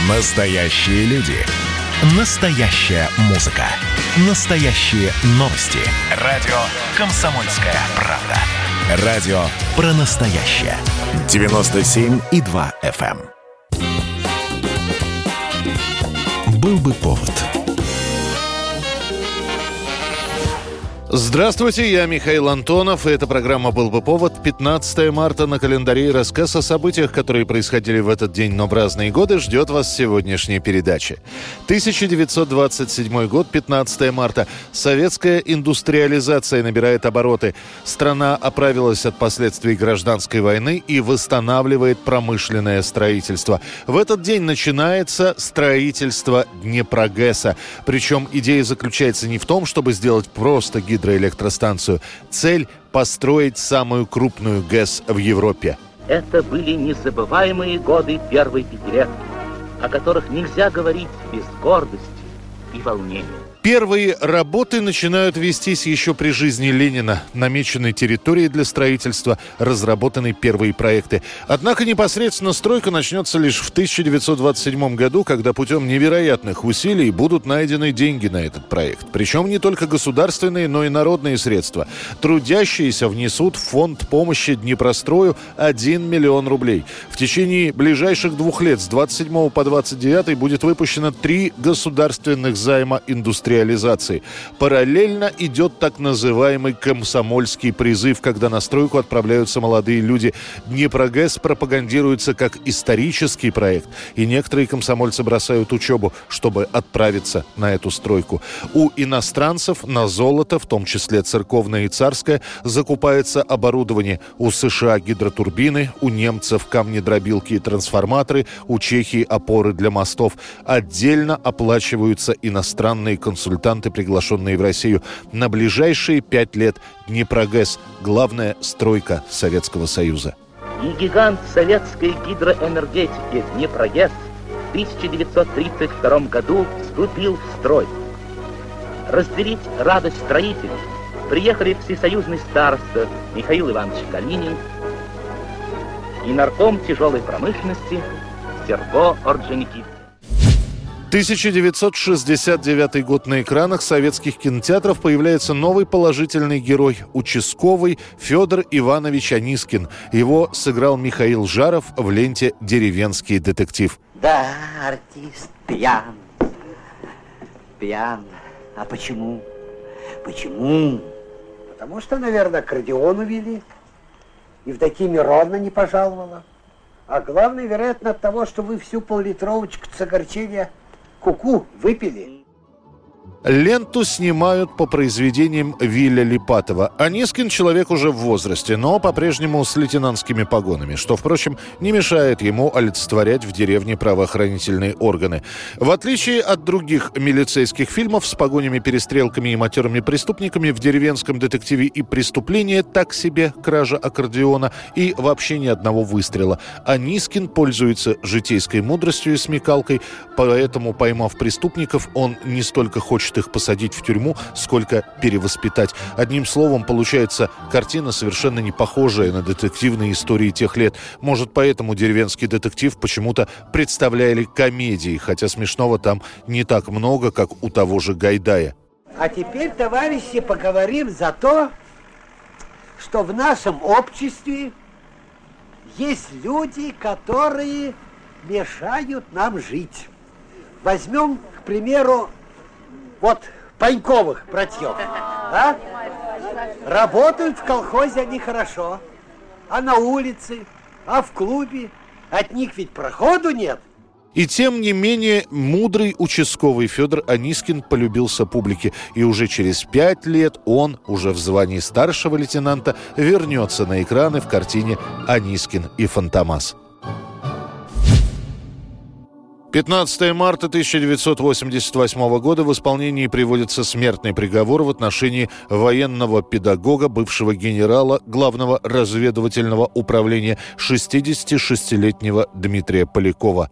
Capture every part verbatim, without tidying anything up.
Настоящие люди. Настоящая музыка. Настоящие новости. Радио «Комсомольская правда». Радио про настоящее. девяносто семь и два эф эм. Был бы повод. Здравствуйте, я Михаил Антонов, и эта программа «Был бы повод». пятнадцатое марта на календаре, и рассказ о событиях, которые происходили в этот день, но в разные годы, ждет вас в сегодняшней передаче. тысяча девятьсот двадцать седьмой год, пятнадцатое марта. Советская индустриализация набирает обороты. Страна оправилась от последствий гражданской войны и восстанавливает промышленное строительство. В этот день начинается строительство Днепрогэса. Причем идея заключается не в том, чтобы сделать просто гидроэлектростанцию. гидроэлектростанцию. Цель – построить самую крупную ГЭС в Европе. Это были незабываемые годы первой пятилетки, о которых нельзя говорить без гордости и волнения. Первые работы начинают вестись еще при жизни Ленина. Намечены территории для строительства, разработаны первые проекты. Однако непосредственно стройка начнется лишь в тысяча девятьсот двадцать седьмом году, когда путем невероятных усилий будут найдены деньги на этот проект. Причем не только государственные, но и народные средства. Трудящиеся внесут в фонд помощи Днепрострою один миллион рублей. В течение ближайших двух лет с двадцать седьмого по двадцать девятый будет выпущено три государственных займа индустриализации. Параллельно идет так называемый комсомольский призыв, когда на стройку отправляются молодые люди. Днепрогэс пропагандируется как исторический проект, и некоторые комсомольцы бросают учебу, чтобы отправиться на эту стройку. У иностранцев на золото, в том числе церковное и царское, закупается оборудование. У США гидротурбины, у немцев камнедробилки и трансформаторы, у Чехии опоры для мостов. Отдельно оплачиваются иностранные консультации. Консультанты, приглашенные в Россию. На ближайшие пять лет Днепрогэс – главная стройка Советского Союза. И гигант советской гидроэнергетики Днепрогэс в тысяча девятьсот тридцать втором году вступил в строй. Разделить радость строителей приехали всесоюзный староста Михаил Иванович Калинин и нарком тяжелой промышленности Серго Орджоникидзе. тысяча девятьсот шестьдесят девятый год. На экранах советских кинотеатров появляется новый положительный герой – участковый Федор Иванович Анискин. Его сыграл Михаил Жаров в ленте «Деревенский детектив». Да, артист пьян. Пьян. А почему? Почему? Потому что, наверное, аккордеон увели. Евдокия ровно не пожаловала. А главное, вероятно, от того, что вы всю пол-литровочку с огорчения ку-ку выпили. Ленту снимают по произведениям Виля Липатова. Анискин человек уже в возрасте, но по-прежнему с лейтенантскими погонами, что, впрочем, не мешает ему олицетворять в деревне правоохранительные органы. В отличие от других милицейских фильмов с погонями, перестрелками и матерыми преступниками, в «Деревенском детективе» и преступление так себе, кража аккордеона и вообще ни одного выстрела. Анискин пользуется житейской мудростью и смекалкой, поэтому, поймав преступников, он не столько хочет их посадить в тюрьму, сколько перевоспитать. Одним словом, получается картина, совершенно не похожая на детективные истории тех лет. Может, поэтому «Деревенский детектив» почему-то представляли комедией, хотя смешного там не так много, как у того же Гайдая. А теперь, товарищи, поговорим за то, что в нашем обществе есть люди, которые мешают нам жить. Возьмем, к примеру, вот Паньковых братьев, а? Работают в колхозе они хорошо, а на улице, а в клубе от них ведь проходу нет. И тем не менее, мудрый участковый Федор Анискин полюбился публике. И уже через пять лет он, уже в звании старшего лейтенанта, вернется на экраны в картине «Анискин и Фантомас». пятнадцатое марта тысяча девятьсот восемьдесят восьмого года в исполнении приводится смертный приговор в отношении военного педагога, бывшего генерала Главного разведывательного управления шестидесятишестилетнего Дмитрия Полякова.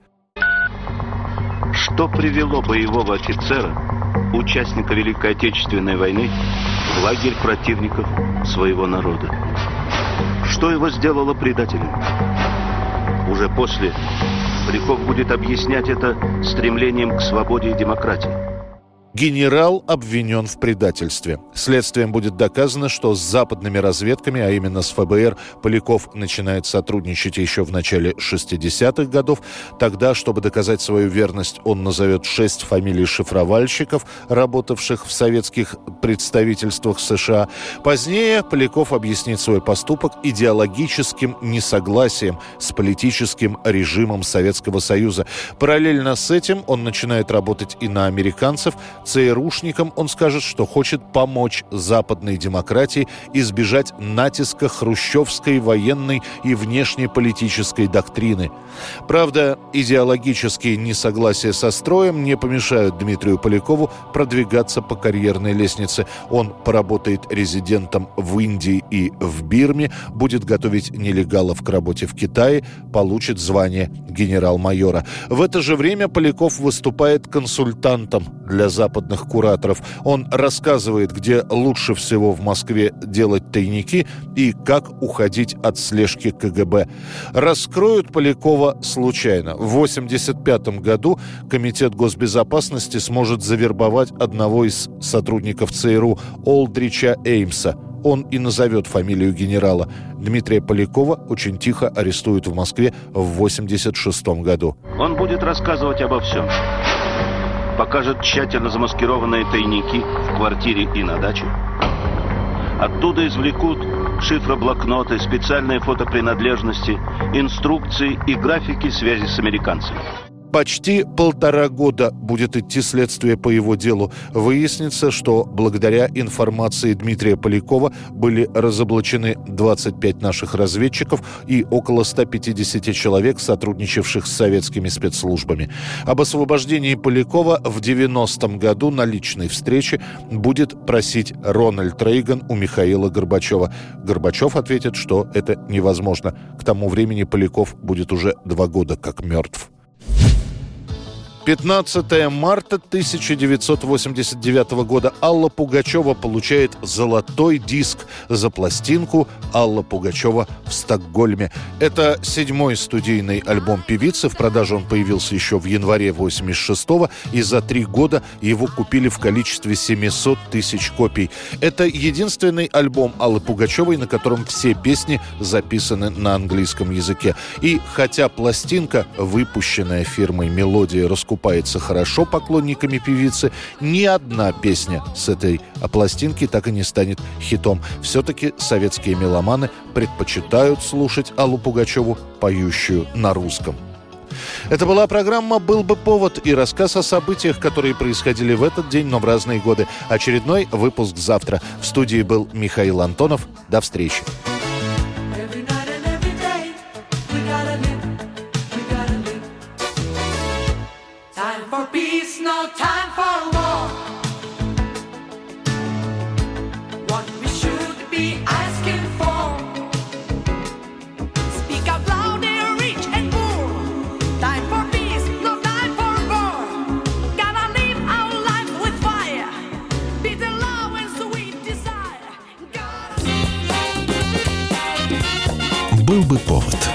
Что привело боевого офицера, участника Великой Отечественной войны, в лагерь противников своего народа? Что его сделало предателем? Уже после Поляков будет объяснять это стремлением к свободе и демократии. Генерал обвинен в предательстве. Следствием будет доказано, что с западными разведками, а именно с эф бэ эр, Поляков начинает сотрудничать еще в начале шестидесятых годов. Тогда, чтобы доказать свою верность, он назовет шесть фамилий шифровальщиков, работавших в советских представительствах США. Позднее Поляков объяснит свой поступок идеологическим несогласием с политическим режимом Советского Союза. Параллельно с этим он начинает работать и на американцев. ЦРУшникам он скажет, что хочет помочь западной демократии избежать натиска хрущевской военной и внешнеполитической доктрины. Правда, идеологические несогласия со строем не помешают Дмитрию Полякову продвигаться по карьерной лестнице. Он поработает резидентом в Индии и в Бирме, будет готовить нелегалов к работе в Китае, получит звание генерал-майора. В это же время Поляков выступает консультантом для западных кураторов. Он рассказывает, где лучше всего в Москве делать тайники и как уходить от слежки ка гэ бэ. Раскроют Полякова случайно. В восемьдесят пятом году Комитет госбезопасности сможет завербовать одного из сотрудников ЦРУ, Олдрича Эймса. Он и назовет фамилию генерала. Дмитрия Полякова очень тихо арестуют в Москве в восемьдесят шестом году. Он будет рассказывать обо всем. Покажет тщательно замаскированные тайники в квартире и на даче. Оттуда извлекут шифроблокноты, специальные фотопринадлежности, инструкции и графики связи с американцами. Почти полтора года будет идти следствие по его делу. Выяснится, что благодаря информации Дмитрия Полякова были разоблачены двадцать пять наших разведчиков и около ста пятидесяти человек, сотрудничавших с советскими спецслужбами. Об освобождении Полякова в девяностом году на личной встрече будет просить Рональд Рейган у Михаила Горбачева. Горбачев ответит, что это невозможно. К тому времени Поляков будет уже два года как мертв. пятнадцатого марта тысяча девятьсот восемьдесят девятого года Алла Пугачева получает золотой диск за пластинку «Алла Пугачева в Стокгольме». Это седьмой студийный альбом певицы. В продаже он появился еще в январе восемьдесят шестого, и за три года его купили в количестве семьсот тысяч копий. Это единственный альбом Аллы Пугачевой, на котором все песни записаны на английском языке. И хотя пластинка, выпущенная фирмой «Мелодия», раскупается хорошо поклонниками певицы, ни одна песня с этой пластинки так и не станет хитом. Все-таки советские меломаны предпочитают слушать Аллу Пугачеву, поющую на русском. Это была программа «Был бы повод» и рассказ о событиях, которые происходили в этот день, но в разные годы. Очередной выпуск завтра. В студии был Михаил Антонов. До встречи. For peace, no time for war. What we should be asking for. Speak out loud, they're rich and poor. Time for peace, no time for war. Gotta live our life with fire. Bitter love and sweet desire. Gotta... Был бы повод.